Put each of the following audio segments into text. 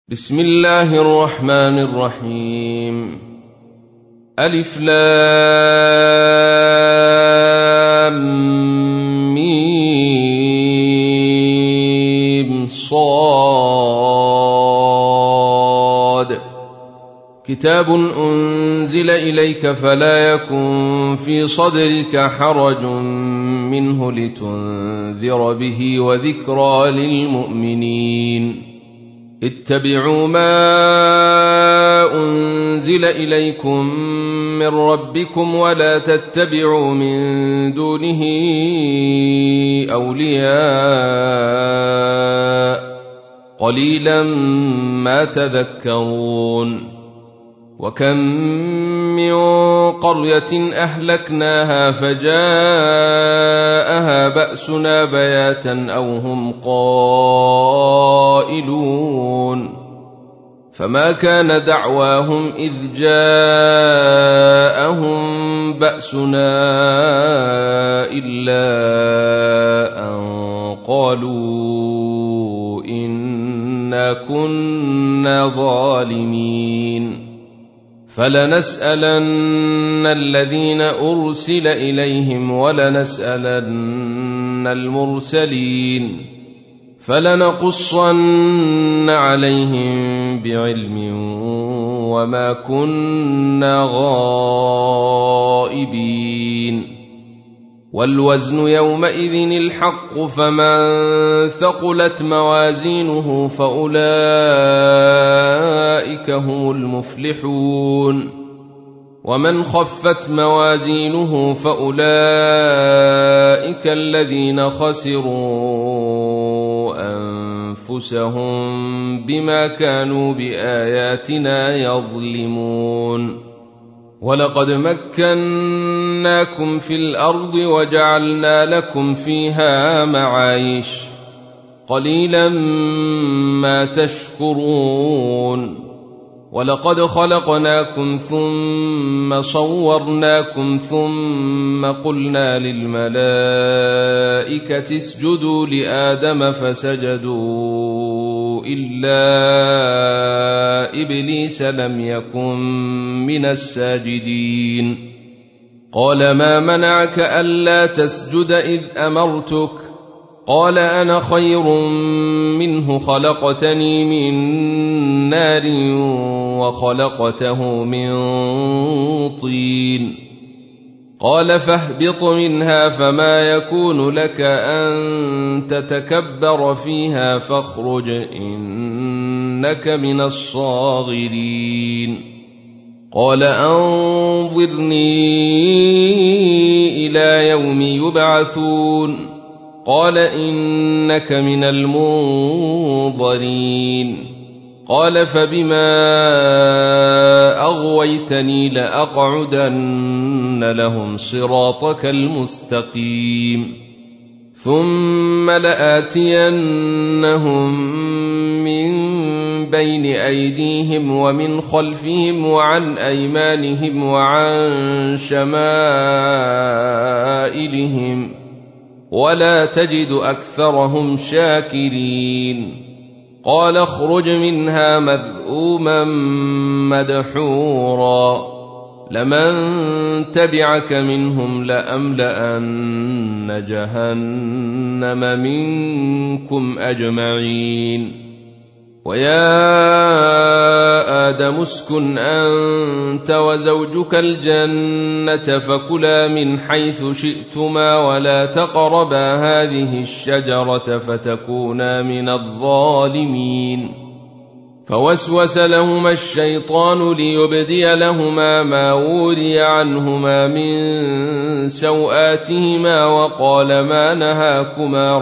بسم الله الرحمن الرحيم. ألف لام ميم صاد. كتاب أنزل إليك فلا يكن في صدرك حرج منه لتنذر به وذكرى للمؤمنين. اتبعوا ما أنزل إليكم من ربكم ولا تتبعوا من دونه أولياء قليلا ما تذكرون. وكم من قرية أهلكناها فجاءها بأسنا بياتا أو هم قائلون. فما كان دعواهم إذ جاءهم بأسنا إلا أن قالوا إنا كنا ظالمين. فلنسألن الذين أرسل إليهم ولنسألن المرسلين فلنقصن عليهم بعلم وما كنا غائبين. والوزن يومئذ الحق فمن ثقلت موازينه فأولئك هم المفلحون. ومن خفت موازينه فأولئك الذين خسروا أنفسهم بما كانوا بآياتنا يظلمون. ولقد مكناكم في الأرض وجعلنا لكم فيها معايش قليلا ما تشكرون. ولقد خلقناكم ثم صورناكم ثم قلنا للملائكة اسجدوا لآدم فسجدوا إلا إبليس لم يكن من الساجدين. قال ما منعك ألا تسجد إذ أمرتك؟ قال أنا خير منه خلقتني من نار وخلقته من طين. قال فاهبط منها فما يكون لك أن تتكبر فيها فاخرج إنك من الصاغرين. قال أنظرني إلى يوم يبعثون. قال إنك من المنظرين. قال فبما أغويتني لأقعدن لهم صراطك المستقيم ثم لآتينهم من بين أيديهم ومن خلفهم وعن أيمانهم وعن شمائلهم ولا تجد أكثرهم شاكرين. قال اخرج منها مذءوما مدحورا لمن تبعك منهم لأملأن جهنم منكم أجمعين. ويا آدم اسكن أنت وزوجك الجنة فكلا من حيث شئتما ولا تقربا هذه الشجرة فتكونا من الظالمين. فوسوس لهما الشيطان ليبدي لهما ما وري عنهما من سوآتهما وقال ما نهاكما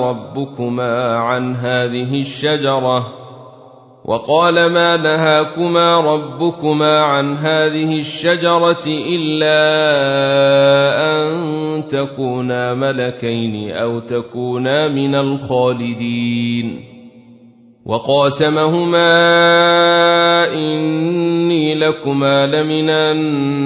ربكما عن هذه الشجرة إلا أن تكونا ملكين أو تكونا من الخالدين. وقاسمهما إني لكما لمن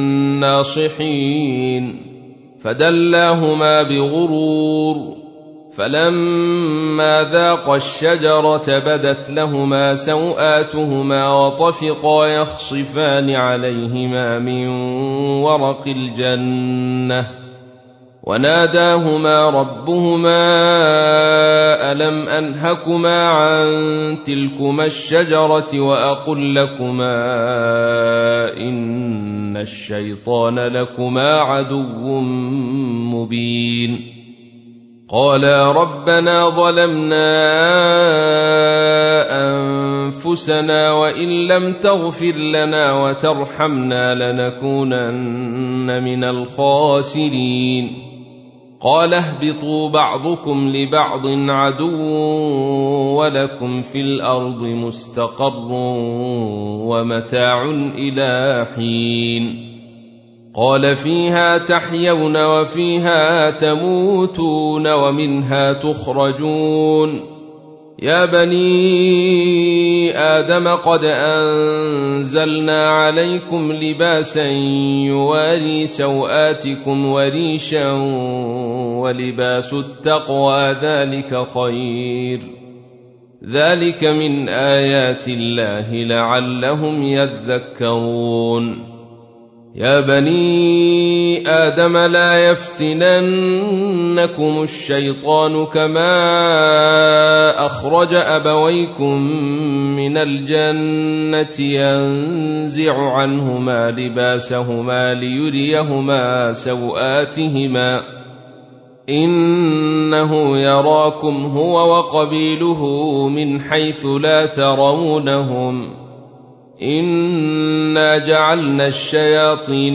الناصحين فدلاهما بغرور فلما ذاقا الشجرة بدت لهما سوآتهما وطفقا يخصفان عليهما من ورق الجنة وناداهما ربهما ألم أنهكما عن تلكما الشجرة وأقل لكما إن الشيطان لكما عدو مبين قالا ربنا ظلمنا أنفسنا وإن لم تغفر لنا وترحمنا لنكونن من الخاسرين قال اهبطوا بعضكم لبعض عدو ولكم في الأرض مستقر ومتاع إلى حين قال فيها تحيون وفيها تموتون ومنها تخرجون يا بني آدم قد أنزلنا عليكم لباسا يواري سوآتكم وريشا ولباس التقوى ذلك خير ذلك من آيات الله لعلهم يذكرون يا بني آدم لا يفتننكم الشيطان كما أخرج أبويكم من الجنة ينزع عنهما لباسهما ليريهما سوآتهما إنه يراكم هو وقبيله من حيث لا ترونهم إنا جعلنا الشياطين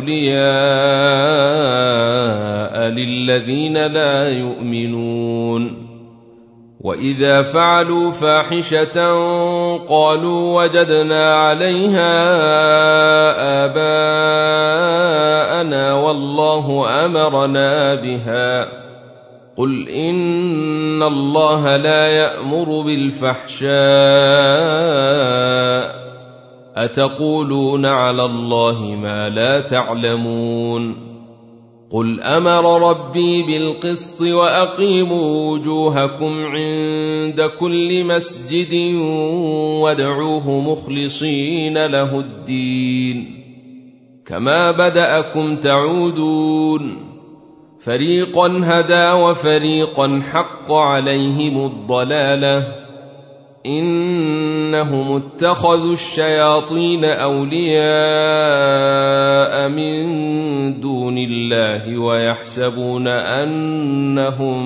أولياء للذين لا يؤمنون وإذا فعلوا فاحشة قالوا وجدنا عليها آباءنا والله أمرنا بها قل إن الله لا يأمر بالفحشاء أتقولون على الله ما لا تعلمون قل أمر ربي بالقسط وأقيموا وجوهكم عند كل مسجد وادعوه مخلصين له الدين كما بدأكم تعودون فريقا هدى وفريقا حق عليهم الضلالة إنهم اتخذوا الشياطين أولياء من دون الله ويحسبون أنهم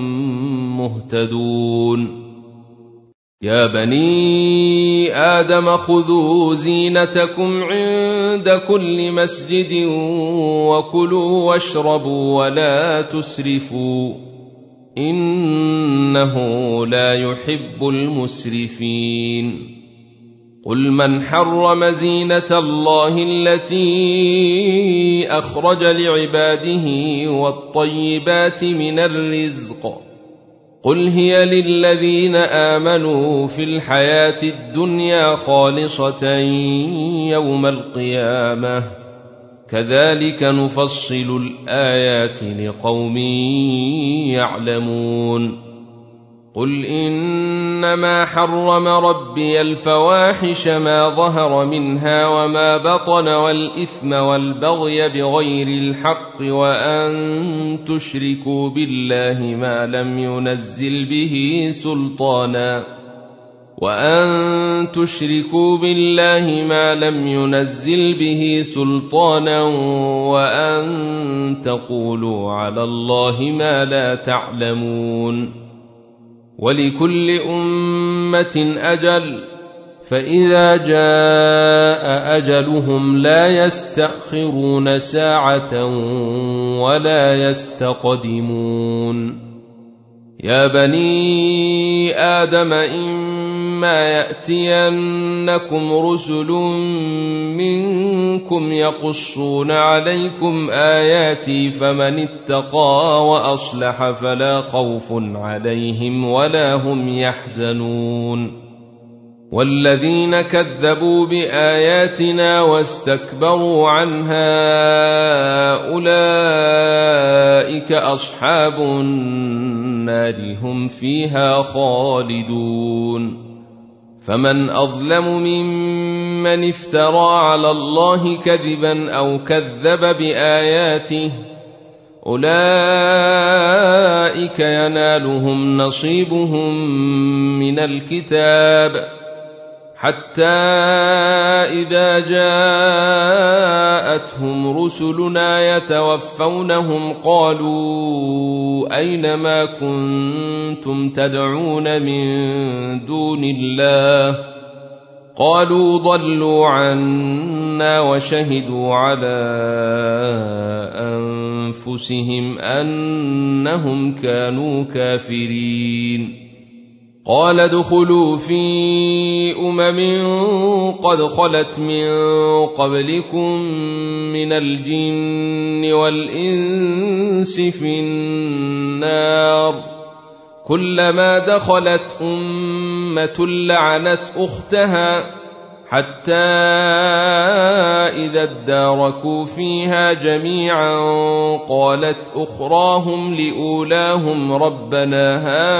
مهتدون يا بني آدم خذوا زينتكم عند كل مسجد وكلوا واشربوا ولا تسرفوا إنه لا يحب المسرفين قل من حرم زينة الله التي أخرج لعباده والطيبات من الرزق قل هي للذين آمنوا في الحياة الدنيا خالصة يوم القيامة كذلك نفصل الآيات لقوم يعلمون قل إنما حرم ربي الفواحش ما ظهر منها وما بطن والإثم والبغي بغير الحق وأن تشركوا بالله ما لم ينزل به سلطانا وأن تقولوا على الله ما لا تعلمون ولكل أمة أجل فإذا جاء أجلهم لا يستأخرون ساعة ولا يستقدمون يا بني آدم إما يأتينكم رسل منكم يقصون عليكم آياتي فمن اتقى وأصلح فلا خوف عليهم ولا هم يحزنون والذين كذبوا بآياتنا واستكبروا عنها أولئك أصحاب النار هم فيها خالدون فمن أظلم ممن افترى على الله كذبا أو كذب بآياته أولئك ينالهم نصيبهم من الكتاب حتى إذا جاءتهم رسلنا يتوفونهم قالوا أين ما كنتم تدعون من دون الله قالوا ضلوا عنا وشهدوا على أنفسهم أنهم كانوا كافرين قال ادخلوا في قد خلت من قبلكم من الجن والإنس في النار كلما دخلت أمة لعنت أختها حتى إذا اداركوا فيها جميعا قالت أخراهم لأولاهم ربنا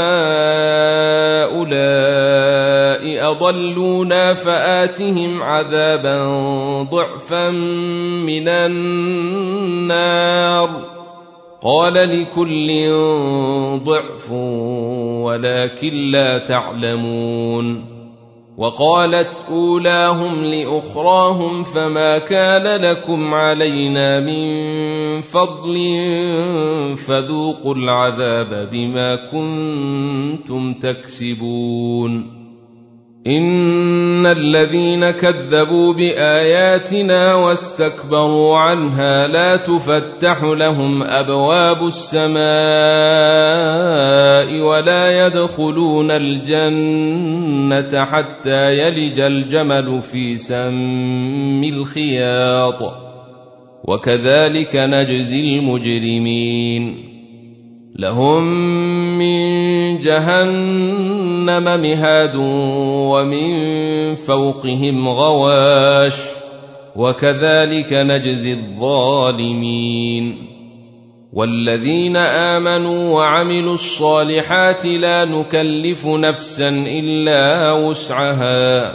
هؤلاء أضلونا فآتهم عذابا ضعفا من النار قال لكل ضعف ولكن لا تعلمون وقالت أولاهم لأخراهم فما كان لكم علينا من فضل فذوقوا العذاب بما كنتم تكسبون إن الذين كذبوا بآياتنا واستكبروا عنها لا تفتح لهم أبواب السماء ولا يدخلون الجنة حتى يلج الجمل في سم الخياط وكذلك نجزي المجرمين لهم من جهنم مهاد ومن فوقهم غواش وكذلك نجزي الظالمين والذين آمنوا وعملوا الصالحات لا نكلف نفسا إلا وسعها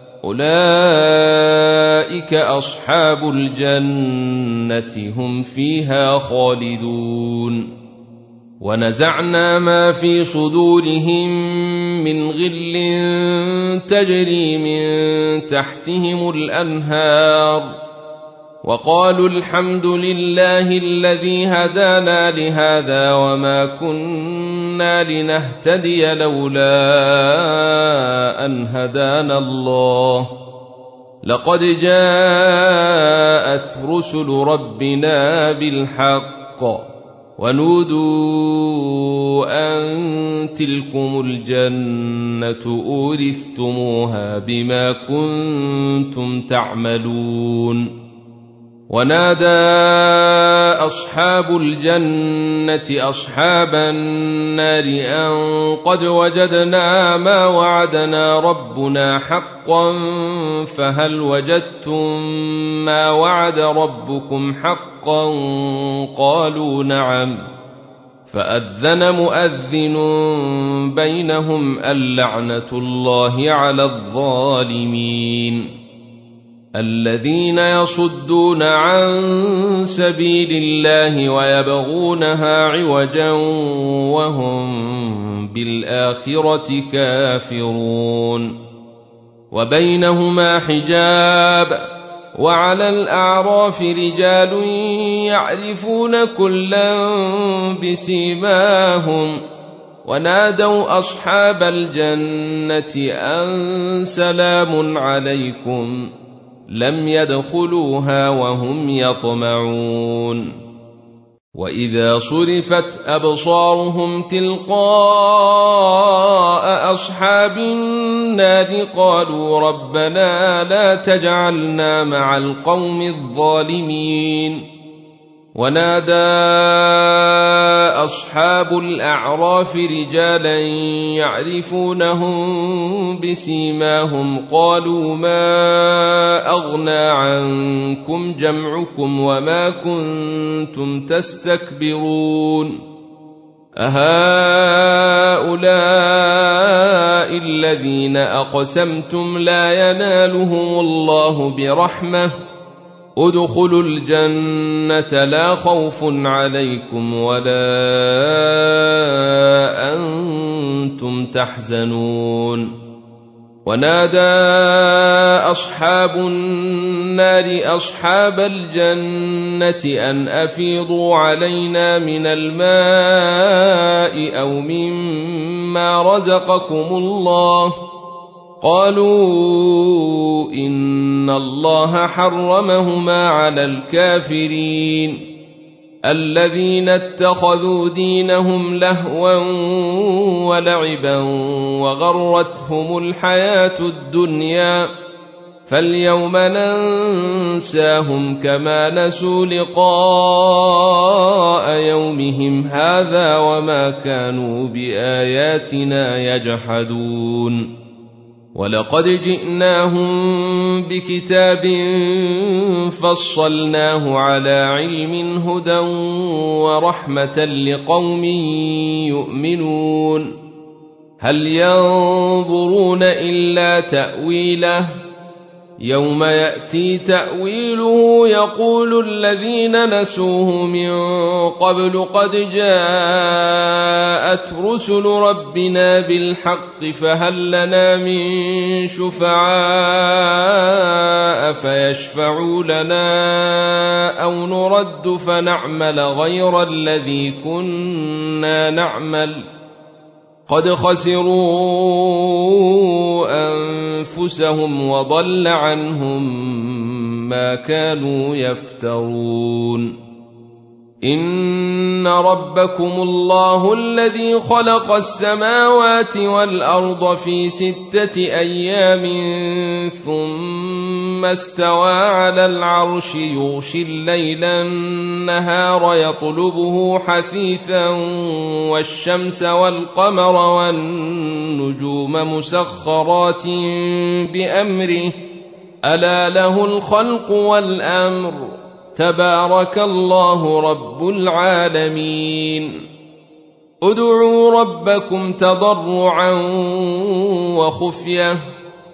أولئك أصحاب الجنة هم فيها خالدون ونزعنا ما في صدورهم من غل تجري من تحتهم الأنهار وقالوا الحمد لله الذي هدانا لهذا وما كنا لنهتدي لولا أن هدانا الله لقد جاءت رسل ربنا بالحق ونودوا أن تلكم الجنة أورثتموها بما كنتم تعملون ونادى أصحاب الجنة أصحاب النار أن قد وجدنا ما وعدنا ربنا حقا فهل وجدتم ما وعد ربكم حقا قالوا نعم فأذن مؤذن بينهم اللعنة الله على الظالمين الذين يصدون عن سبيل الله ويبغونها عوجا وهم بالآخرة كافرون وبينهما حجاب وعلى الأعراف رجال يعرفون كلا بسيماهم ونادوا أصحاب الجنة أن سلام عليكم لم يدخلوها وهم يطمعون وإذا صرفت أبصارهم تلقاء أصحاب النار قالوا ربنا لا تجعلنا مع القوم الظالمين ونادى أصحاب الأعراف رجالا يعرفونهم بسيماهم قالوا ما أغنى عنكم جمعكم وما كنتم تستكبرون أهؤلاء الذين أقسمتم لا ينالهم الله برحمة ادخلوا الجنة لا خوف عليكم ولا أنتم تحزنون ونادى أصحاب النار أصحاب الجنة أن أفيضوا علينا من الماء أو مما رزقكم الله قالوا إن الله حرمهما على الكافرين الذين اتخذوا دينهم لهوا ولعبا وغرتهم الحياة الدنيا فاليوم ننساهم كما نسوا لقاء يومهم هذا وما كانوا بآياتنا يجحدون ولقد جئناهم بكتاب فصلناه على علم هدى ورحمة لقوم يؤمنون هل ينظرون إلا تأويله يوم يأتي تأويله يقول الذين نسوه من قبل قد جاءت رسل ربنا بالحق فهل لنا من شفعاء فيشفعوا لنا أو نرد فنعمل غير الذي كنا نعمل قد خسروا أنفسهم وضل عنهم ما كانوا يفترون إن ربكم الله الذي خلق السماوات والأرض في 6 أيام ثم استوى على العرش يغشي الليل النهار يطلبه حثيثا والشمس والقمر والنجوم مسخرات بأمره ألا له الخلق والأمر تبارك الله رب العالمين ادعوا ربكم تضرعا وخفية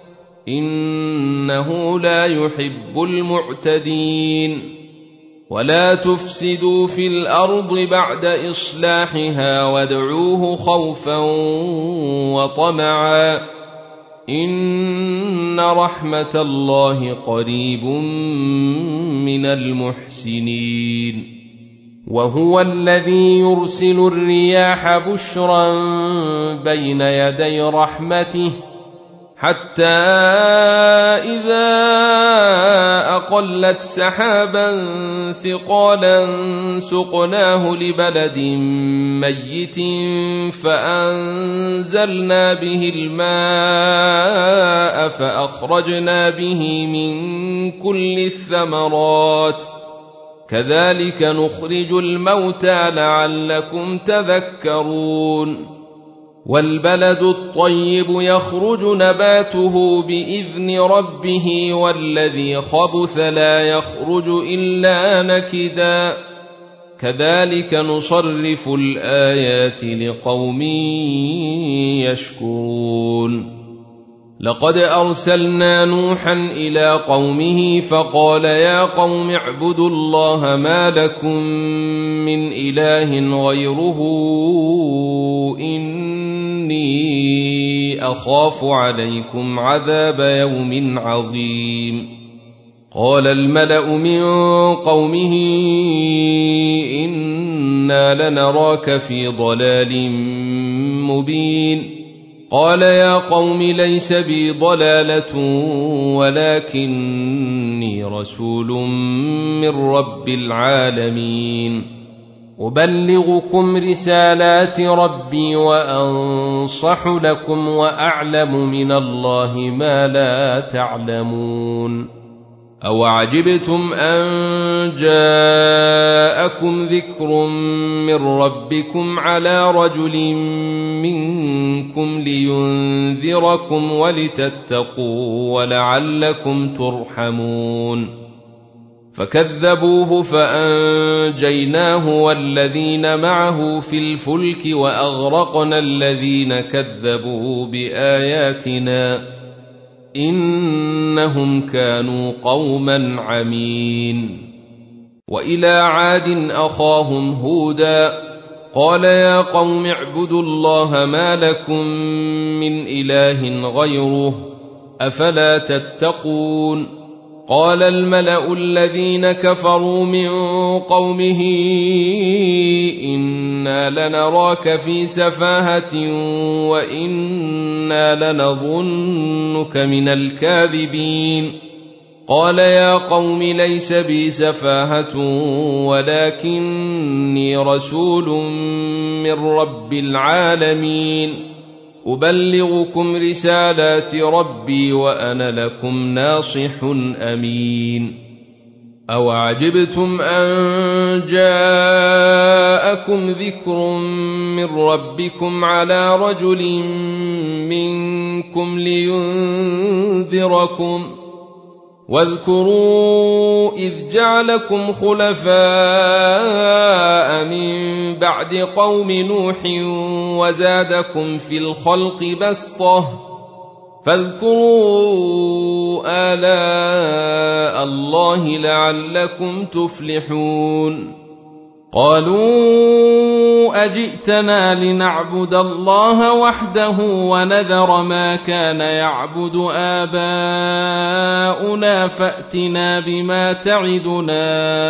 إنه لا يحب المعتدين ولا تفسدوا في الأرض بعد إصلاحها وادعوه خوفا وطمعا إن رحمة الله قريب من المحسنين وهو الذي يرسل الرياح بشرا بين يدي رحمته حتى إذا أقلت سحابا ثقالا سقناه لبلد ميت فأنزلنا به الماء فأخرجنا به من كل الثمرات كذلك نخرج الموتى لعلكم تذكرون والبلد الطيب يخرج نباته بإذن ربه والذي خبث لا يخرج إلا نكدا كذلك نصرف الآيات لقوم يشكرون لقد أرسلنا نوحا إلى قومه فقال يا قوم اعبدوا الله ما لكم من إله غيره إني أخاف عليكم عذاب يوم عظيم قال الملأ من قومه إنا لنراك في ضلال مبين قال يا قوم ليس بي ضلالة ولكني رسول من رب العالمين أبلغكم رسالات ربي وأنصح لكم وأعلم من الله ما لا تعلمون أوعجبتم أن جاءكم ذكر من ربكم على رجل منكم لينذركم ولتتقوا ولعلكم ترحمون فكذبوه فأنجيناه والذين معه في الفلك وأغرقنا الذين كذبوا بآياتنا إنهم كانوا قوما عمين وإلى عاد أخاهم هودا قال يا قوم اعبدوا الله ما لكم من إله غيره أفلا تتقون قال الملأ الذين كفروا من قومه إنا لنراك في سفاهة وإنا لنظنك من الكاذبين قال يا قوم ليس بي سفاهة ولكني رسول من رب العالمين أبلغكم رسالات ربي وأنا لكم ناصح أمين أوعجبتم أن جاءكم ذكر من ربكم على رجل منكم لينذركم واذكروا إذ جعلكم خلفاء من بعد قوم نوح وزادكم في الخلق بسطة فاذكروا آلاء الله لعلكم تفلحون قالوا أجئتنا لنعبد الله وحده ونذر ما كان يعبد آباؤنا فأتنا بما تعدنا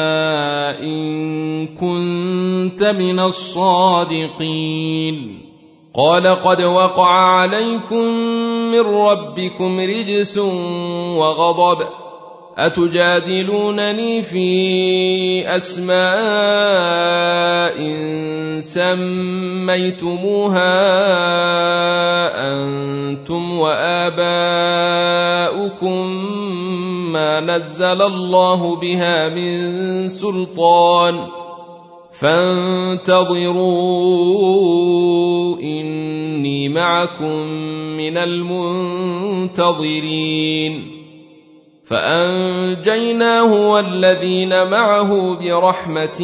إن كنت من الصادقين قال قد وقع عليكم من ربكم رجس وغضب أتجادلونني في أسماء سميتموها أنتم وآباؤكم ما نزل الله بها من سلطان فانتظروا إني معكم من المنتظرين فأنجيناه والذين معه برحمة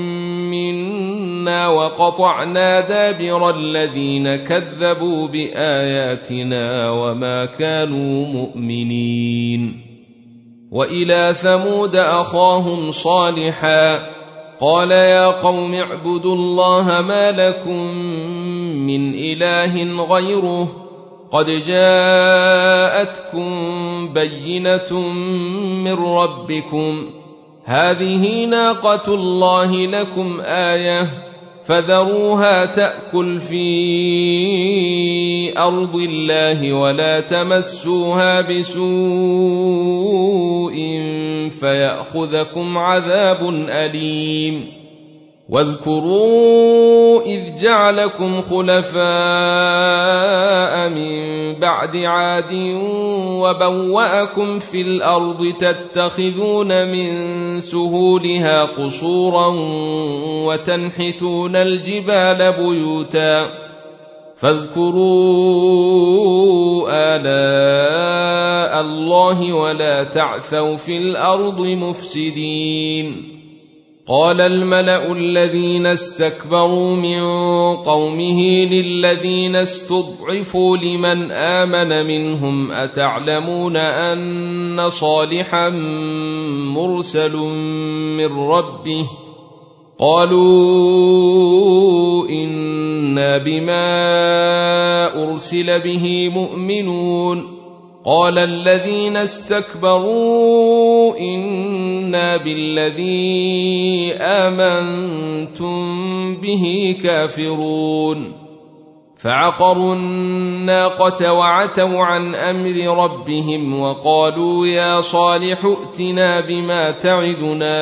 منا وقطعنا دابر الذين كذبوا بآياتنا وما كانوا مؤمنين وإلى ثمود أخاهم صالحا قال يا قوم اعبدوا الله ما لكم من إله غيره قد جاءتكم بينة من ربكم هذه ناقة الله لكم آية فذروها تأكل في أرض الله ولا تمسوها بسوء فيأخذكم عذاب أليم واذكروا إذ جعلكم خلفاء من بعد عاد وبوأكم في الأرض تتخذون من سهولها قصورا وتنحتون الجبال بيوتا فاذكروا آلاء الله ولا تعثوا في الأرض مفسدين قال الملأ الذين استكبروا من قومه للذين استضعفوا لمن آمن منهم أتعلمون أن صالحا مرسل من ربه قالوا إنا بما أرسل به مؤمنون قال الذين استكبروا إنا بالذي آمنتم به كافرون فعقروا الناقة وعتوا عن أمر ربهم وقالوا يا صالح ائتنا بما تعدنا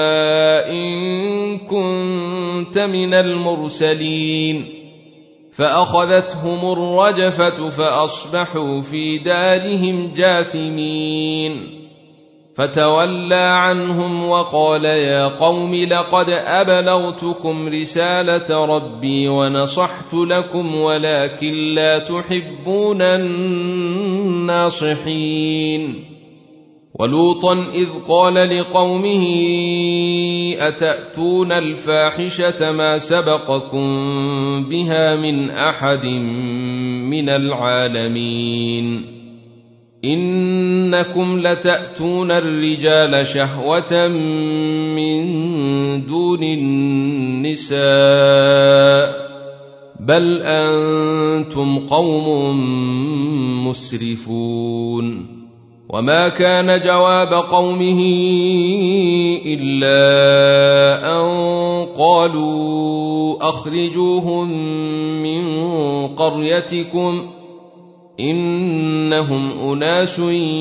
إن كنت من المرسلين فأخذتهم الرجفة فأصبحوا في دارهم جاثمين فتولى عنهم وقال يا قوم لقد أبلغتكم رسالة ربي ونصحت لكم ولكن لا تحبون الناصحين. ولوطا إذ قال لقومه أتأتون الفاحشة ما سبقكم بها من أحد من العالمين إنكم لتأتون الرجال شهوة من دون النساء بل أنتم قوم مسرفون. وما كان جواب قومه إلا أن قالوا أخرجوهم من قريتكم إنهم أناس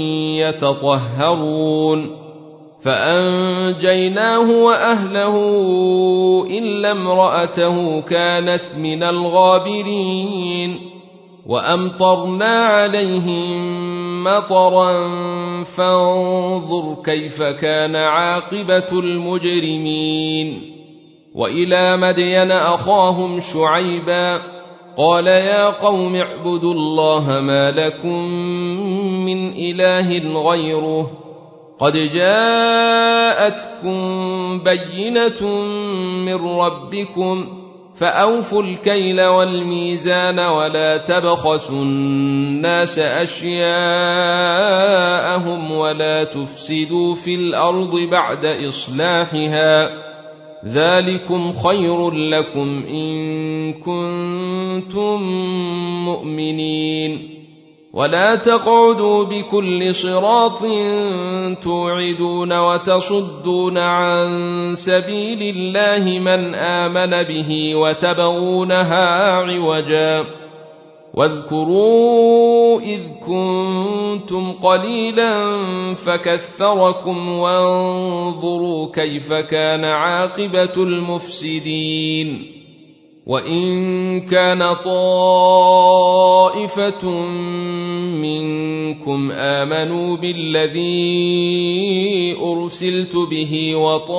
يتطهرون. فأنجيناه وأهله إلا امرأته كانت من الغابرين. وأمطرنا عليهم مطرا فانظر كيف كان عاقبة المجرمين. وإلى مدين أخاهم شعيبا قال يا قوم اعبدوا الله ما لكم من إله غيره قد جاءتكم بينة من ربكم فأوفوا الكيل والميزان ولا تبخسوا الناس أشياءهم ولا تفسدوا في الأرض بعد إصلاحها ذلكم خير لكم إن كنتم مؤمنين. ولا تقعدوا بكل صراط توعدون وتصدون عن سبيل الله من آمن به وتبغونها عوجا واذكروا إذ كنتم قليلا فكثركم وانظروا كيف كان عاقبة المفسدين. وإن كان طائفة منكم آمنوا بالذي أرسلت به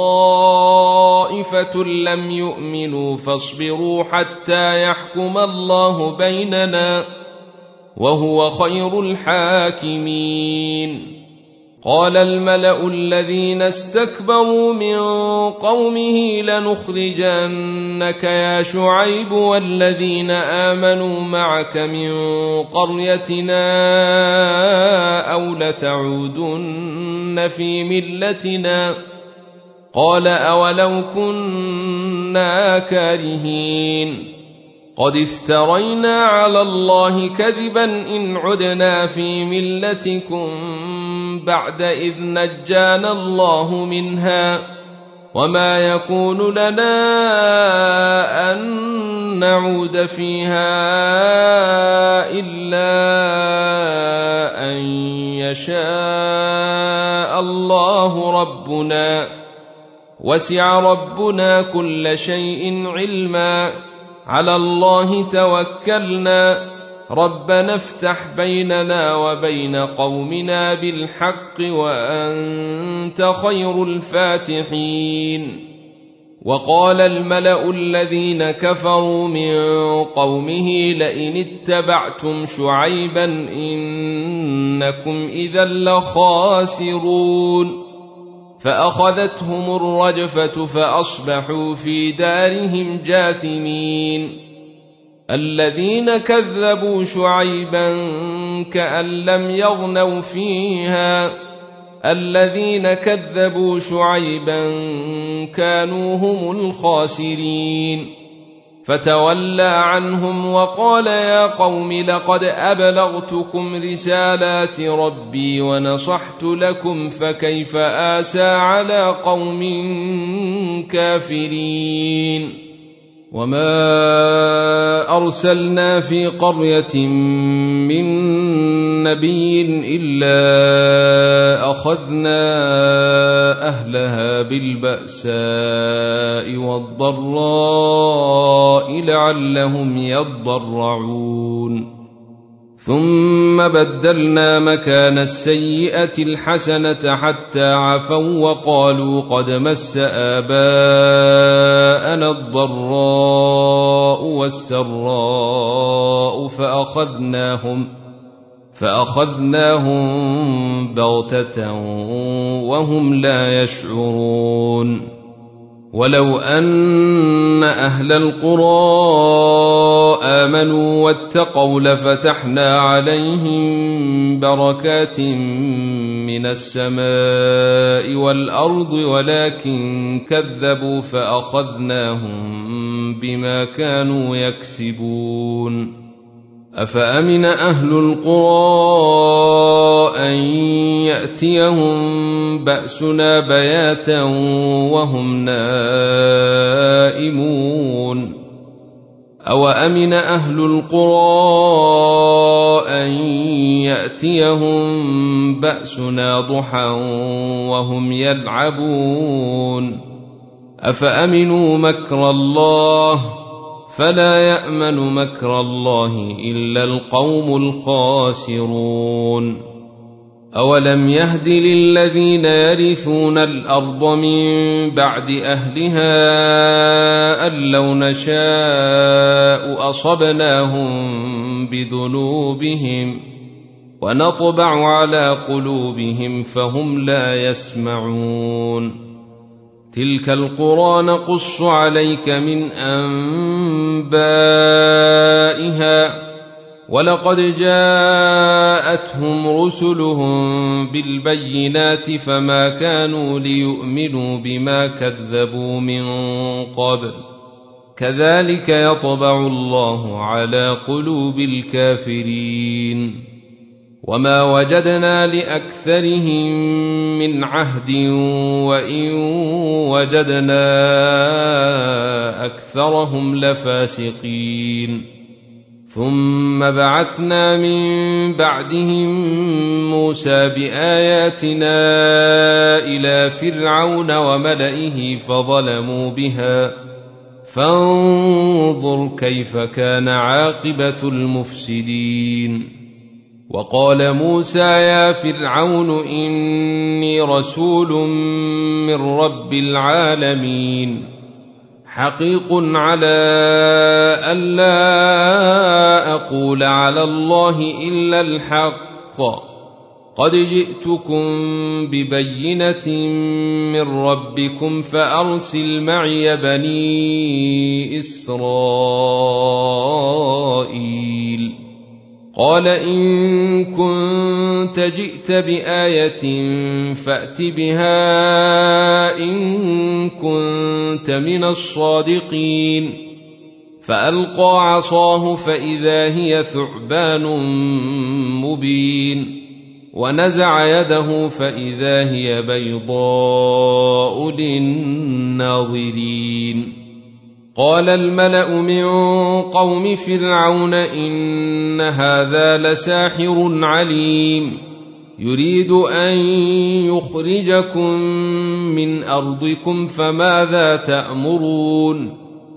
وطائفة لم يؤمنوا فاصبروا حتى يحكم الله بيننا وهو خير الحاكمين. قال الملأ الذين استكبروا من قومه لنخرجنك يا شعيب والذين آمنوا معك من قريتنا أو لتعودن في ملتنا قال أولو كنا كارهين قد افترينا على الله كذبا إن عدنا في ملتكم بعد إذ نجانا الله منها وما يكون لنا أن نعود فيها إلا أن يشاء الله ربنا وسع ربنا كل شيء علما على الله توكلنا ربنا افتح بيننا وبين قومنا بالحق وأنت خير الفاتحين. وقال الملأ الذين كفروا من قومه لئن اتبعتم شعيبا إنكم إذا لخاسرون. فأخذتهم الرجفة فأصبحوا في دارهم جاثمين. الذين كذبوا شعيبا كأن لم يغنوا فيها الذين كذبوا شعيبا كانوا هم الخاسرين. فتولى عنهم وقال يا قوم لقد أبلغتكم رسالات ربي ونصحت لكم فكيف آسى على قوم كافرين. وما أرسلنا في قرية من نبي إلا أخذنا أهلها بالبأساء والضراء لعلهم يضرعون. ثم بدلنا مكان السيئة الحسنة حتى عفوا وقالوا قد مس آباءنا الضراء والسراء فأخذناهم بغتة وهم لا يشعرون. ولو أن أهل القرى آمنوا واتقوا لفتحنا عليهم بركات من السماء والأرض ولكن كذبوا فأخذناهم بما كانوا يكسبون. أفأمن أهل القرى أن يأتيهم بأسنا بياتا وهم نائمون أو أمن أهل القرى أن يأتيهم بأسنا ضحى وهم يلعبون أفأمنوا مكر الله فلا يأمن مكر الله إلا القوم الخاسرون. أولم يهد للذين يرثون الأرض من بعد أهلها أن لو نشاء أصبناهم بذنوبهم ونطبع على قلوبهم فهم لا يسمعون. تلك القرى نقص عليك من أنبائها ولقد جاءتهم رسلهم بالبينات فما كانوا ليؤمنوا بما كذبوا من قبل كذلك يطبع الله على قلوب الكافرين. وما وجدنا لأكثرهم من عهد وإن وجدنا أكثرهم لفاسقين. ثم بعثنا من بعدهم موسى بآياتنا إلى فرعون وملئه فظلموا بها فانظر كيف كان عاقبة المفسدين. وقال موسى يا فرعون إني رسول من رب العالمين حقيق على ألا أقول على الله إلا الحق قد جئتكم ببينة من ربكم فأرسل معي بني إسرائيل. قال إن كنت جئت بآية فأت بها إن كنت من الصادقين. فألقى عصاه فإذا هي ثعبان مبين ونزع يده فإذا هي بيضاء للناظرين. قال الملأ من قوم فرعون إن هذا لساحر عليم يريد أن يخرجكم من أرضكم فماذا تأمرون؟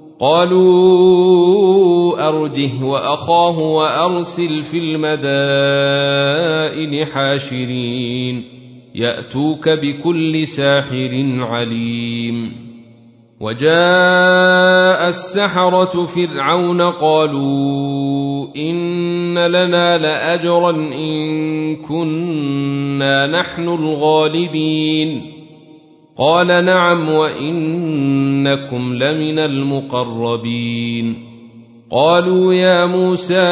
قالوا أرجه وأخاه وأرسل في المدائن حاشرين يأتوك بكل ساحر عليم. وجاء السحرة فرعون قالوا إن لنا لأجرا إن كنا نحن الغالبين. قال نعم وإنكم لمن المقربين. قالوا يا موسى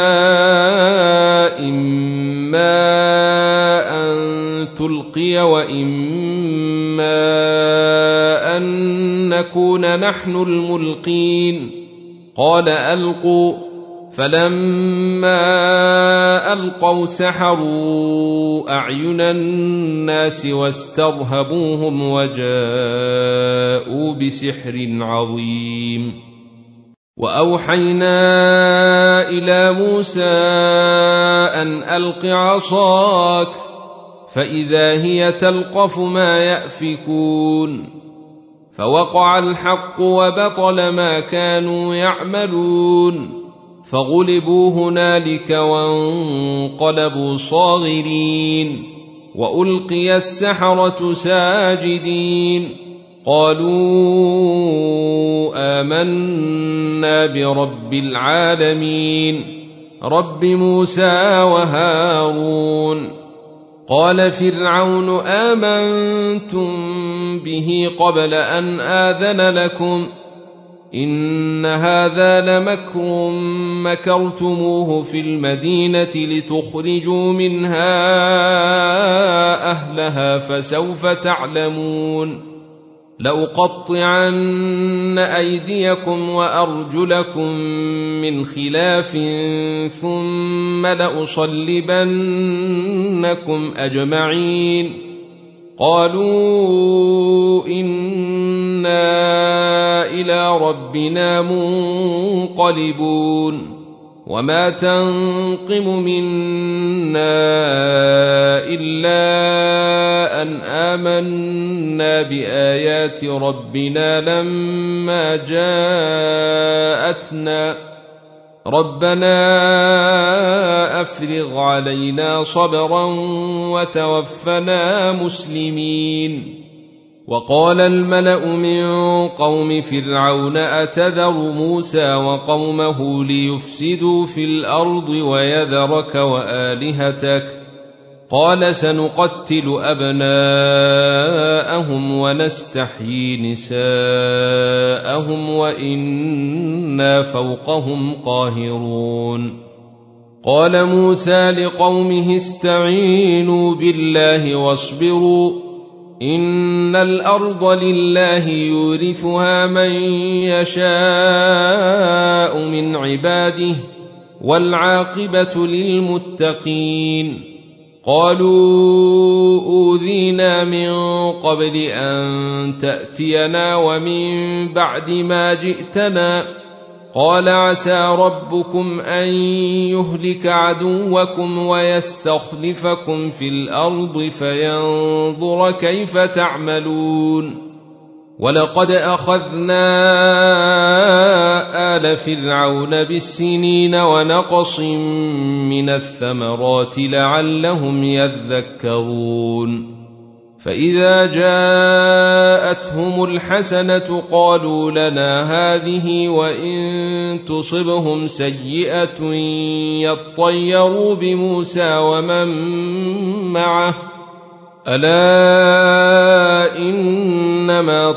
إما أن تلقي وإما أن نكون نحن الملقين. قال ألقوا. فلما ألقوا سحروا أعين الناس واسترهبوهم وجاءوا بسحر عظيم. وأوحينا إلى موسى أن ألق عصاك فإذا هي تلقف ما يأفكون. فوقع الحق وبطل ما كانوا يعملون فغلبوا هنالك وانقلبوا صاغرين وألقي السحرة ساجدين قالوا آمنا برب العالمين رب موسى وهارون. قال فرعون آمنتم به قبل أن آذن لكم إن هذا لمكر مكرتموه في المدينة لتخرجوا منها أهلها فسوف تعلمون لأقطعن أيديكم وأرجلكم من خلاف ثم لأصلبنكم أجمعين. قالوا إنا إلى ربنا منقلبون وما تنقم منا إلا أن آمنا بآيات ربنا لما جاءتنا ربنا أفرغ علينا صبرا وتوفنا مسلمين. وقال الملأ من قوم فرعون أتذر موسى وقومه ليفسدوا في الأرض ويذرك وآلهتك قال سنقتل أبناءهم ونستحيي نساءهم وإنا فوقهم قاهرون. قال موسى لقومه استعينوا بالله واصبروا إن الأرض لله يورثها من يشاء من عباده والعاقبة للمتقين. قالوا أوذينا من قبل أن تأتينا ومن بعد ما جئتنا قال عسى ربكم أن يهلك عدوكم ويستخلفكم في الأرض فينظر كيف تعملون. ولقد أخذنا آل فرعون بالسنين ونقص من الثمرات لعلهم يذكرون. فإذا جاءتهم الحسنة قالوا لنا هذه وإن تصبهم سيئة يطيروا بموسى ومن معه ألا إنما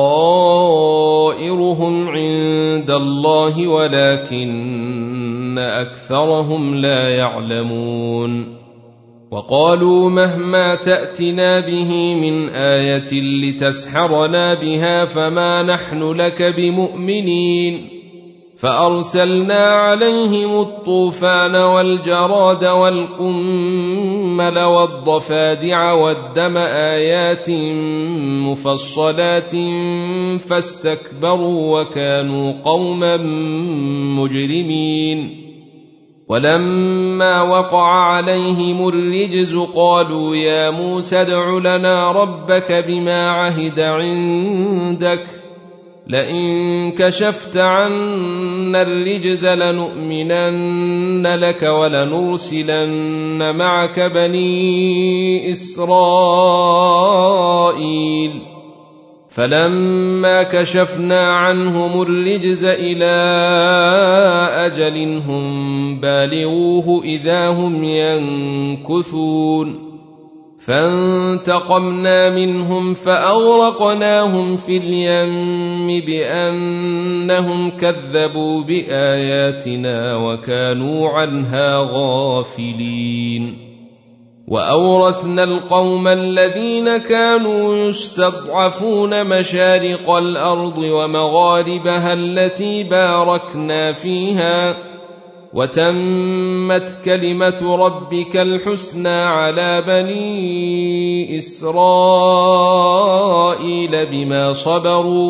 طائرهم عند الله ولكن أكثرهم لا يعلمون. وقالوا مهما تأتنا به من آية لتسحرنا بها فما نحن لك بمؤمنين. فأرسلنا عليهم الطوفان والجراد والقمل والضفادع والدم آيات مفصلات فاستكبروا وكانوا قوما مجرمين. ولما وقع عليهم الرجز قالوا يا موسى ادع لنا ربك بما عهد عندك لئن كشفت عنا الرجز لنؤمنن لك ولنرسلن معك بني إسرائيل. فلما كشفنا عنهم الرجز إلى أجل هم بالغوه إذا هم ينكثون. فانتقمنا منهم فأغرقناهم في اليم بأنهم كذبوا بآياتنا وكانوا عنها غافلين. وأورثنا القوم الذين كانوا يستضعفون مشارق الأرض ومغاربها التي باركنا فيها وتمت كلمة ربك الحسنى على بني إسرائيل بما صبروا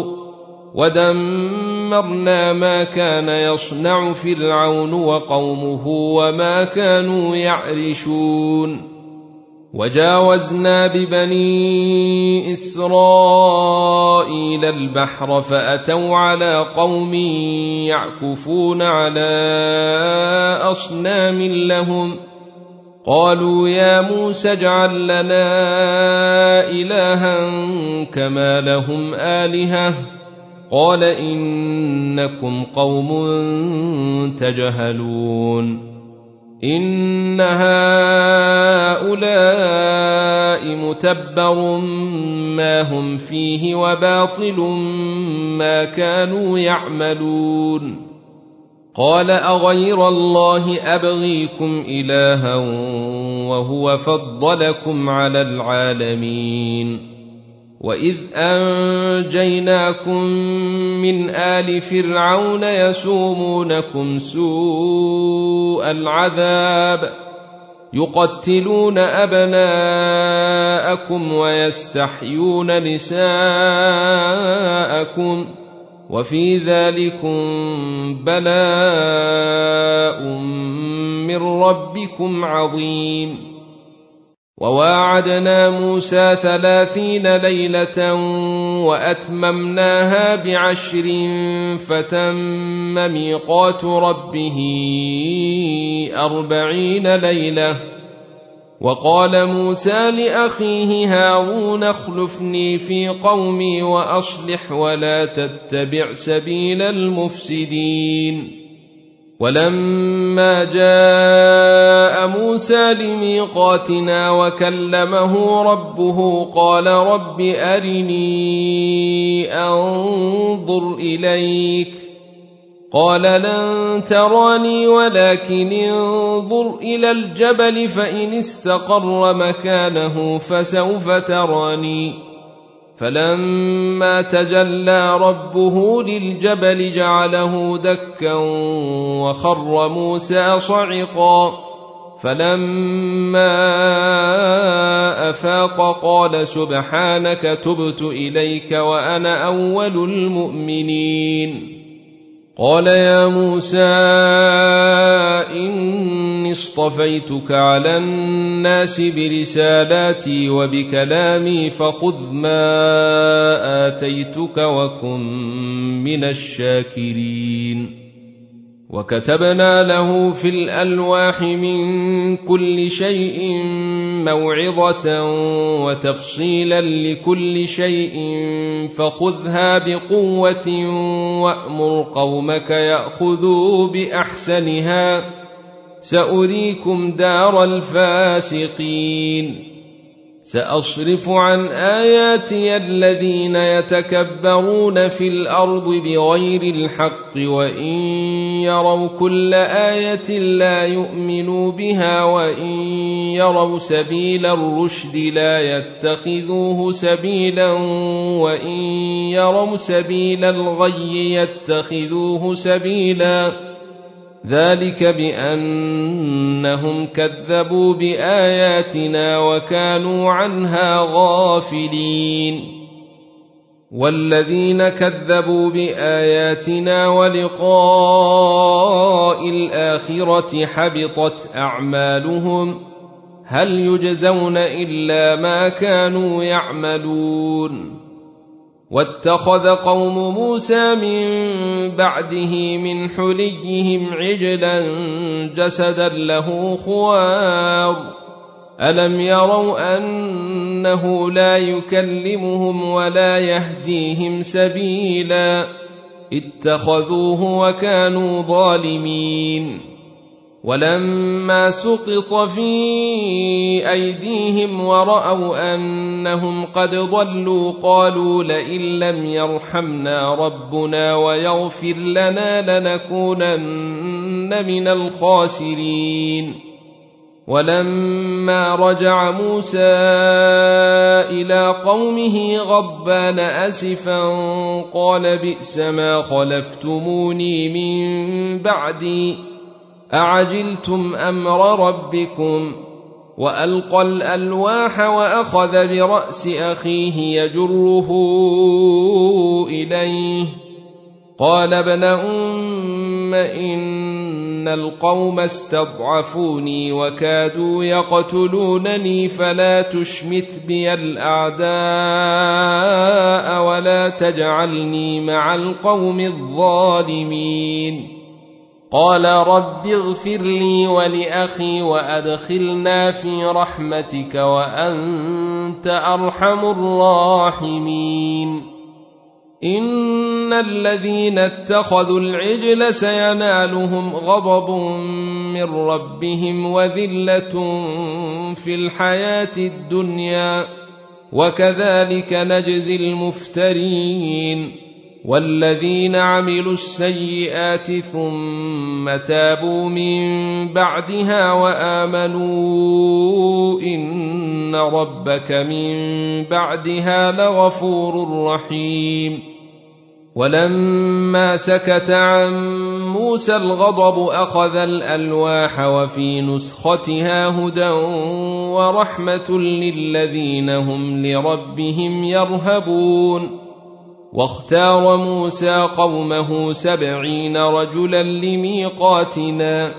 ودمرنا ما كان يصنع فرعون وقومه وما كانوا يعرشون. وجاوزنا ببني إسرائيل البحر فأتوا على قوم يعكفون على أصنام لهم قالوا يا موسى اجعل لنا إلها كما لهم آلهة قال إنكم قوم تجهلون إن هؤلاء متبر ما هم فيه وباطل ما كانوا يعملون قال أغير الله أبغيكم إلها وهو فضلكم على العالمين وإذ أنجيناكم من آل فرعون يسومونكم سوء العذاب يقتلون أبناءكم ويستحيون نساءكم وفي ذلكم بلاء من ربكم عظيم وواعدنا موسى 30 ليلة وأتممناها ب10 فتم ميقات ربه 40 ليلة وقال موسى لأخيه هارون اخلفني في قومي وأصلح ولا تتبع سبيل المفسدين ولما جاء موسى لميقاتنا وكلمه ربه قال رب أرني أنظر إليك قال لن تراني ولكن انظر إلى الجبل فإن استقر مكانه فسوف تراني فلما تجلى ربه للجبل جعله دكا وخر موسى صعقا فلما أفاق قال سبحانك تبت إليك وأنا أول المؤمنين قال يا موسى إني اصطفيتك على الناس برسالاتي وبكلامي فخذ ما آتيتك وكن من الشاكرين وكتبنا له في الألواح من كل شيء موعظة وتفصيلا لكل شيء فخذها بقوة وأمر قومك يأخذوا بأحسنها سأريكم دار الفاسقين سأصرف عن آياتي الذين يتكبرون في الأرض بغير الحق وإن يروا كل آية لا يؤمنوا بها وإن يروا سبيل الرشد لا يتخذوه سبيلا وإن يروا سبيل الغي يتخذوه سبيلا ذلك بأنهم كذبوا بآياتنا وكانوا عنها غافلين والذين كذبوا بآياتنا ولقاء الآخرة حبطت أعمالهم هل يجزون إلا ما كانوا يعملون واتخذ قوم موسى من بعده من حليهم عجلا جسدا له خوار ألم يروا أنه لا يكلمهم ولا يهديهم سبيلا اتخذوه وكانوا ظالمين ولما سقط في أيديهم ورأوا أنهم قد ضلوا قالوا لئن لم يرحمنا ربنا ويغفر لنا لنكونن من الخاسرين ولما رجع موسى إلى قومه غضبان أسفا قال بئس ما خلفتموني من بعدي أعجلتم أمر ربكم وألقى الألواح وأخذ برأس أخيه يجره إليه قال ابن أم إن إن القوم استضعفوني وكادوا يقتلونني فلا تشمت بي الأعداء ولا تجعلني مع القوم الظالمين. قال رب اغفر لي ولأخي وأدخلنا في رحمتك وأنت أرحم الراحمين. إن الذين اتخذوا العجل سينالهم غضب من ربهم وذلة في الحياة الدنيا وكذلك نجزي المفترين. والذين عملوا السيئات ثم تابوا من بعدها وآمنوا إن ربك من بعدها لغفور رحيم. ولما سكت عن موسى الغضب أخذ الألواح وفي نسختها هدى ورحمة للذين هم لربهم يرهبون. واختار موسى قومه 70 رجلا لميقاتنا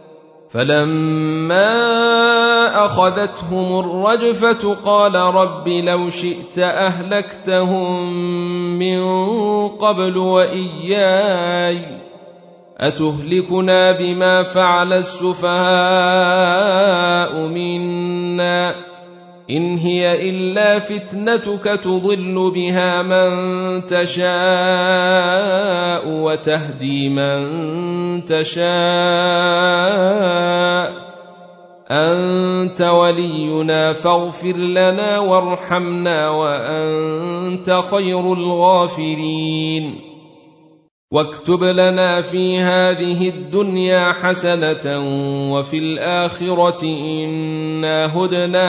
فلما أخذتهم الرجفة قال رب لو شئت أهلكتهم من قبل وإياي أتهلكنا بما فعل السفهاء منا إن هي إلا فتنتك تضل بها من تشاء وتهدي من تشاء أنت ولينا فاغفر لنا وارحمنا وأنت خير الغافرين. واكتب لنا في هذه الدنيا حسنة وفي الآخرة إنا هدنا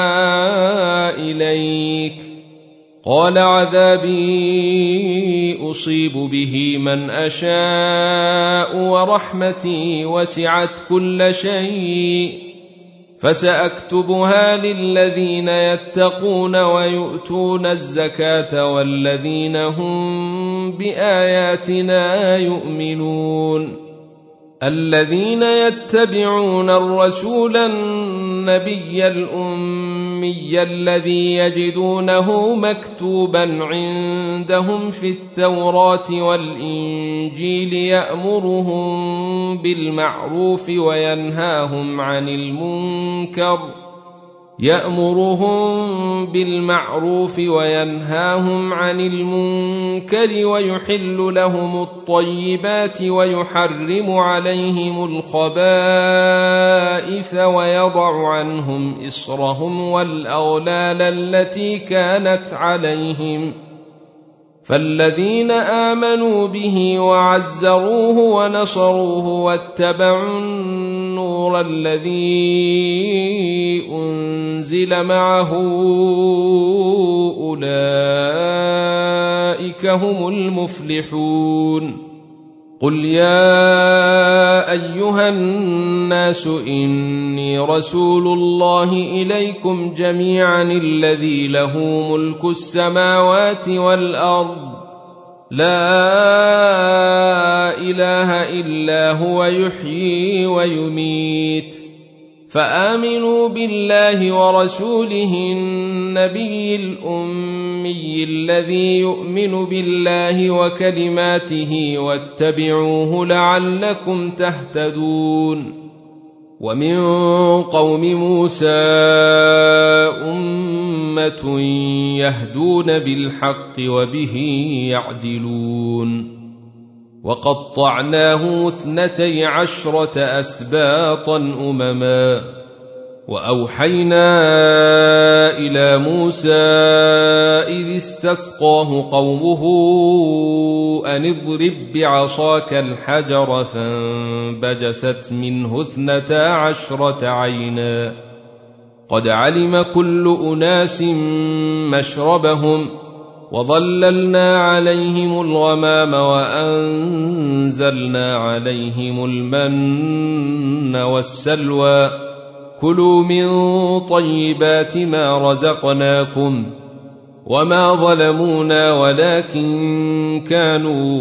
إليك. قال عذابي أصيب به من أشاء ورحمتي وسعت كل شيء فسأكتبها للذين يتقون ويؤتون الزكاة والذين هم بآياتنا يؤمنون. الذين يتبعون الرسول النبي الأمي الذي يجدونه مكتوبا عندهم في التوراة والإنجيل يأمرهم بالمعروف وينهاهم عن المنكر ويحل لهم الطيبات ويحرم عليهم الخبائث ويضع عنهم إصرهم والأغلال التي كانت عليهم. فالذين آمنوا به وعزروه ونصروه واتبعوا النور الذي أنزل معه أولئك هم المفلحون. قل يا أيها الناس إني رسول الله إليكم جميعا الذي له ملك السماوات والأرض لا إله إلا هو يحيي ويميت. فآمنوا بالله ورسوله النبي الأمي الذي يؤمن بالله وكلماته واتبعوه لعلكم تهتدون. ومن قوم موسى أمة يهدون بالحق وبه يعدلون. وقطعناه 12 أسباطا أمما وأوحينا إلى موسى إذ استسقاه قومه أن اضرب بعصاك الحجر فانبجست منه 12 عينا قد علم كل أناس مشربهم وظللنا عليهم الغمام وأنزلنا عليهم المن والسلوى كلوا من طيبات ما رزقناكم وما ظلمونا ولكن كانوا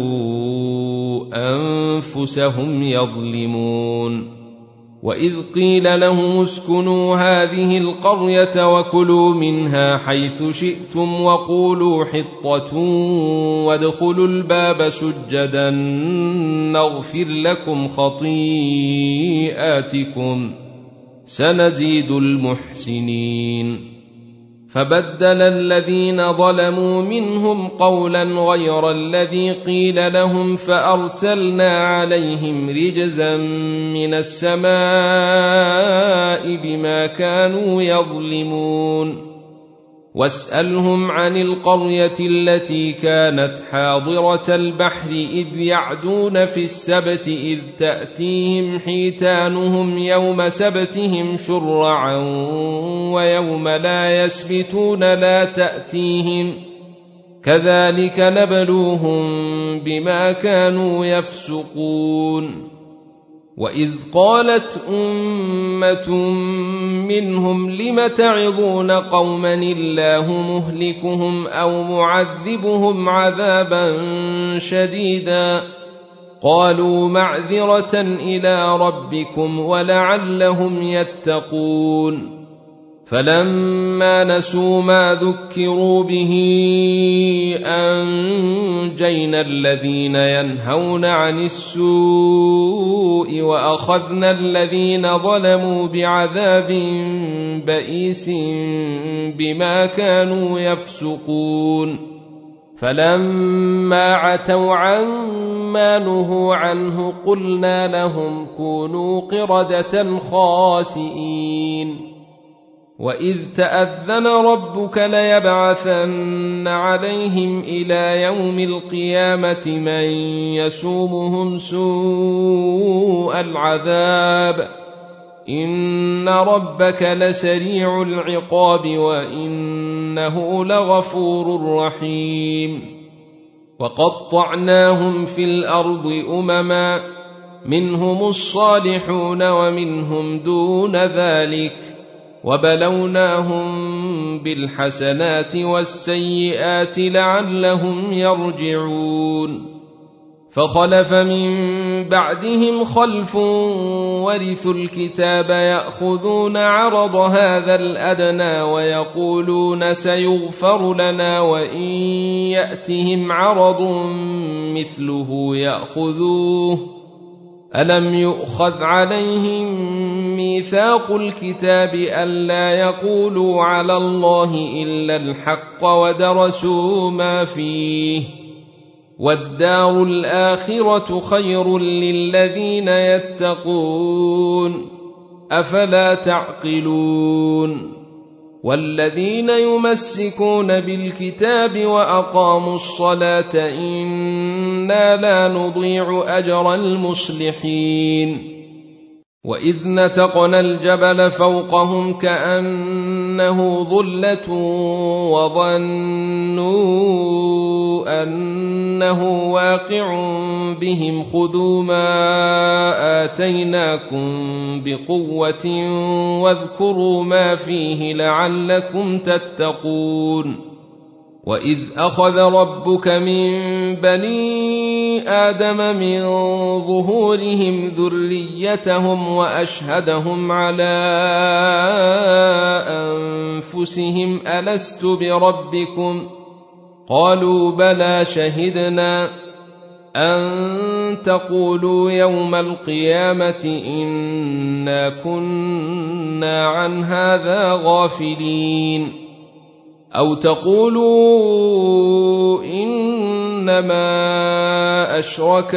أنفسهم يظلمون. وإذ قيل لهم اسكنوا هذه القرية وكلوا منها حيث شئتم وقولوا حطة وادخلوا الباب سجدا نغفر لكم خطيئاتكم سنزيد المحسنين. فبدل الذين ظلموا منهم قولا غير الذي قيل لهم فأرسلنا عليهم رجزا من السماء بما كانوا يظلمون. واسألهم عن القرية التي كانت حاضرة البحر إذ يعدون في السبت إذ تأتيهم حيتانهم يوم سبتهم شرعا ويوم لا يسبتون لا تأتيهم كذلك نبلوهم بما كانوا يفسقون. وإذ قالت أمة منهم لم تعظون قوما الله مهلكهم أو معذبهم عذابا شديدا قالوا معذرة إلى ربكم ولعلهم يتقون. فلما نسوا ما ذكروا به أنجينا الذين ينهون عن السوء وأخذنا الذين ظلموا بعذاب بئيس بما كانوا يفسقون. فلما عتوا عما نهوا عنه قلنا لهم كونوا قردة خاسئين. وإذ تأذن ربك ليبعثن عليهم إلى يوم القيامة من يسومهم سوء العذاب إن ربك لسريع العقاب وإنه لغفور رحيم. وقطعناهم في الأرض أمما منهم الصالحون ومنهم دون ذلك وبلوناهم بالحسنات والسيئات لعلهم يرجعون. فخلف من بعدهم خلف ورثوا الكتاب يأخذون عرض هذا الأدنى ويقولون سيغفر لنا وإن يأتهم عرض مثله يأخذوه ألم يؤخذ عليهم ميثاق الكتاب ألا يقولوا على الله إلا الحق ودرسوا ما فيه والدار الآخرة خير للذين يتقون أفلا تعقلون. والذين يمسكون بالكتاب وأقاموا الصلاة إنا لا نضيع أجر المصلحين. وإذ نتقنا الجبل فوقهم كأنه ظلة وظنوا أنه واقع بهم خذوا ما آتيناكم بقوة واذكروا ما فيه لعلكم تتقون. وإذ أخذ ربك من بني آدم من ظهورهم ذريتهم وأشهدهم على أنفسهم ألست بربكم قالوا بلى شهدنا أن تقولوا يوم القيامة إنا كنا عن هذا غافلين أو تقولوا إنما أشرك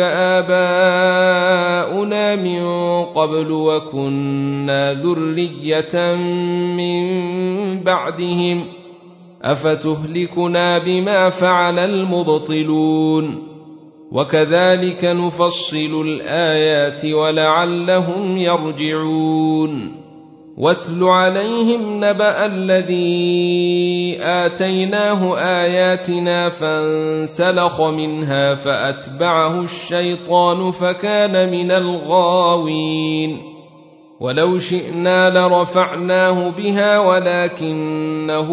آباؤنا من قبل وكنا ذرية من بعدهم أفتهلكنا بما فعل المبطلون وكذلك نفصل الآيات ولعلهم يرجعون. واتل عليهم نبأ الذي آتيناه آياتنا فانسلخ منها فأتبعه الشيطان فكان من الغاوين. ولو شئنا لرفعناه بها ولكنه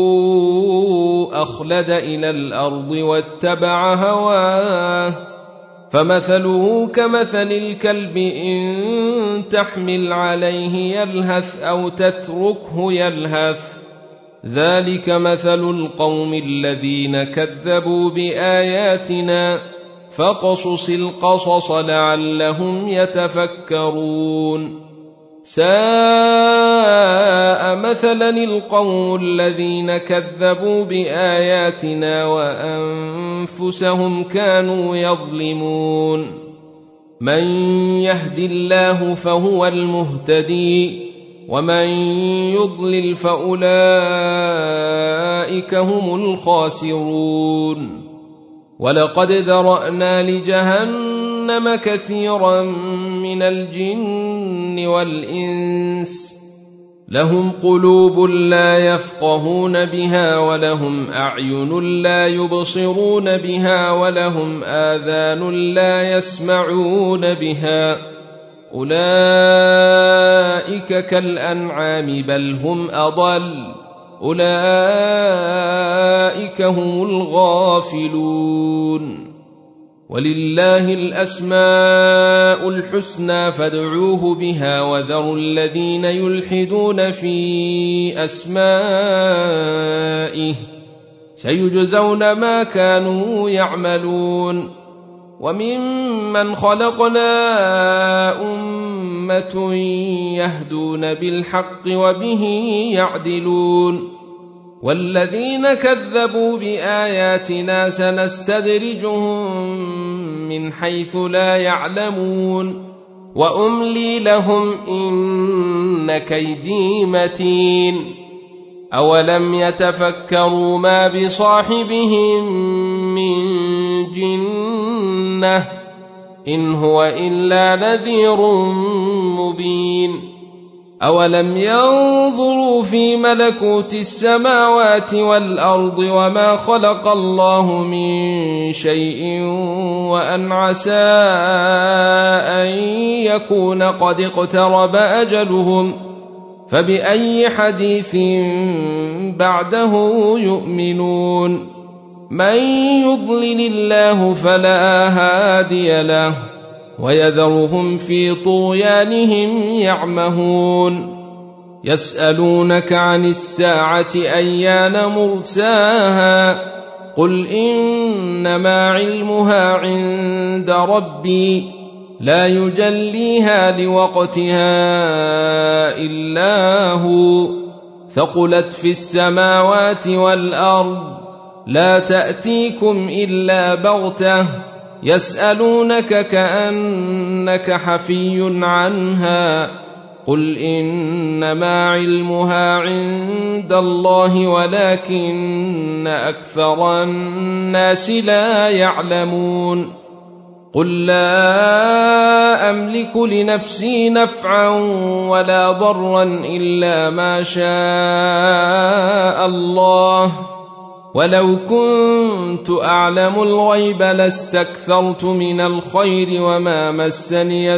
أخلد إلى الأرض واتبع هواه فمثله كمثل الكلب إن تحمل عليه يلهث أو تتركه يلهث ذلك مثل القوم الذين كذبوا بآياتنا فاقصص القصص لعلهم يتفكرون ساء مثلا القوم الذين كذبوا بآياتنا وأنفسهم كانوا يظلمون من يهد الله فهو المهتدي ومن يضلل فأولئك هم الخاسرون ولقد ذرأنا لجهنم كثيرا من الجن والإنس لهم قلوب لا يفقهون بها ولهم أعين لا يبصرون بها ولهم آذان لا يسمعون بها أولئك كالأنعام بل هم أضل أولئك هم الغافلون ولله الأسماء الحسنى فادعوه بها وذروا الذين يلحدون في أسمائه سيجزون ما كانوا يعملون وممن خلقنا أمة يهدون بالحق وبه يعدلون والذين كذبوا بآياتنا سنستدرجهم من حيث لا يعلمون وأملي لهم إن كيدي متين أولم يتفكروا ما بصاحبهم من جنة إن هو إلا نذير مبين أولم ينظروا في ملكوت السماوات والأرض وما خلق الله من شيء وأن عسى أن يكون قد اقترب أجلهم فبأي حديث بعده يؤمنون من يضلل الله فلا هادي له ويذرهم في طغيانهم يعمهون يسألونك عن الساعة أيان مرساها قل إنما علمها عند ربي لا يجليها لوقتها إلا هو ثقلت في السماوات والأرض لا تأتيكم إلا بغتة يسألونك كأنك حفي عنها قل إنما علمها عند الله ولكن أكثر الناس لا يعلمون قل لا أملك لنفسي نفعا ولا ضرا إلا ما شاء الله ولو كنت أعلم الغيب لاستكثرت من الخير وما مسني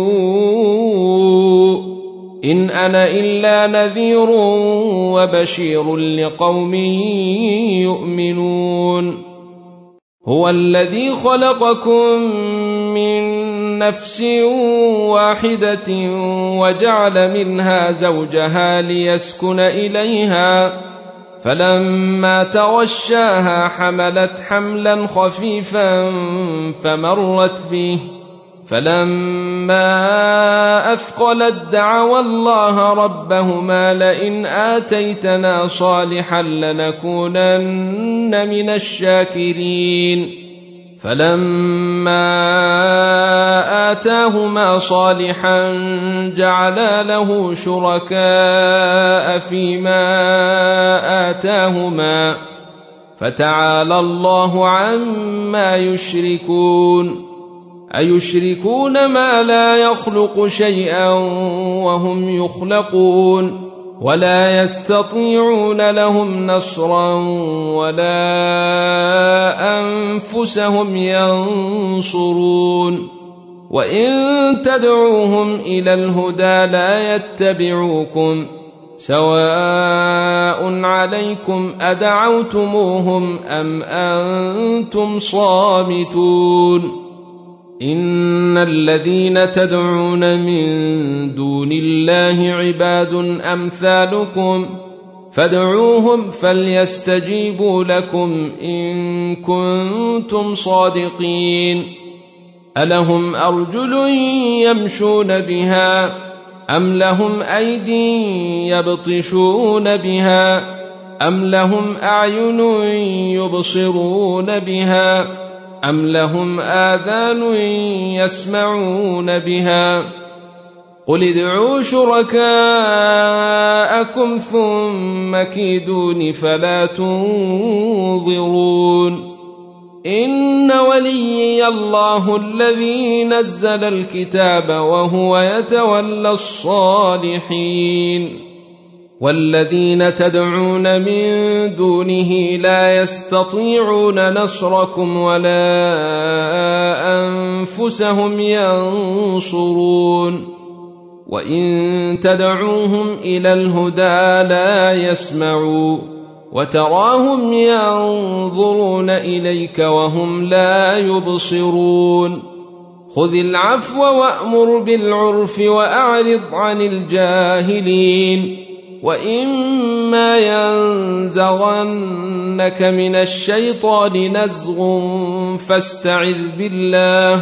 السوء إن أنا إلا نذير وبشير لقوم يؤمنون هو الذي خلقكم من نفس واحدة وجعل منها زوجها ليسكن إليها فلما تغشاها حملت حملا خفيفا فمرت به فلما أثقلت دعوا الله ربهما لئن آتيتنا صالحا لنكونن من الشاكرين فلما آتاهما صالحا جعلا له شركاء فيما آتاهما فتعالى الله عما يشركون أيشركون ما لا يخلق شيئا وهم يخلقون ولا يستطيعون لهم نصرا ولا أنفسهم ينصرون وإن تدعوهم إلى الهدى لا يتبعوكم سواء عليكم أدعوتموهم أم أنتم صامتون إن الذين تدعون من دون الله عباد أمثالكم فادعوهم فليستجيبوا لكم إن كنتم صادقين ألهم أرجل يمشون بها أم لهم أيدي يبطشون بها أم لهم أعين يبصرون بها أم لهم آذان يسمعون بها قل ادعوا شركاءكم ثم كيدون فلا تنظرون إن وليي الله الذي نزل الكتاب وهو يتولى الصالحين والذين تدعون من دونه لا يستطيعون نصركم ولا أنفسهم ينصرون وإن تدعوهم إلى الهدى لا يسمعوا وتراهم ينظرون إليك وهم لا يبصرون خذ العفو وأمر بالعرف وأعرض عن الجاهلين وإما ينزغنك من الشيطان نزغ فاستعذ بالله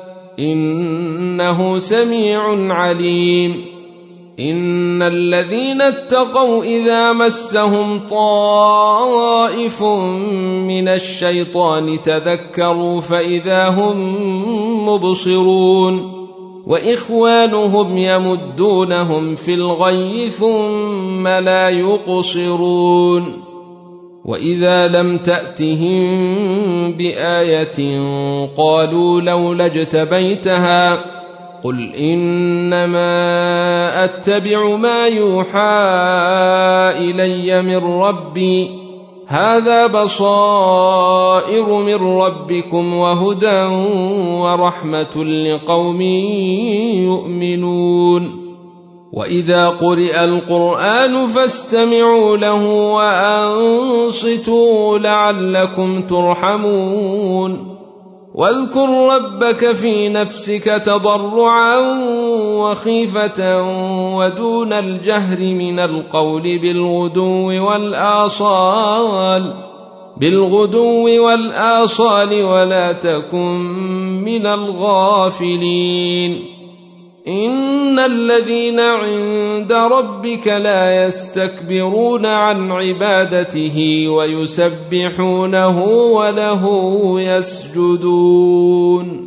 إنه سميع عليم إن الذين اتقوا إذا مسهم طائف من الشيطان تذكروا فإذا هم مبصرون وإخوانهم يمدونهم في الغي ثم لا يقصرون وإذا لم تأتهم بآية قالوا لولا اجتبيتها قل إنما أتبع ما يوحى إلي من ربي هذا بصائر من ربكم وهدى ورحمة لقوم يؤمنون وإذا قرئ القرآن فاستمعوا له وأنصتوا لعلكم ترحمون واذكر ربك في نفسك تضرعا وخيفة ودون الجهر من القول بالغدو والآصال ولا تكن من الغافلين إن الذين عند ربك لا يستكبرون عن عبادته ويسبحونه وله يسجدون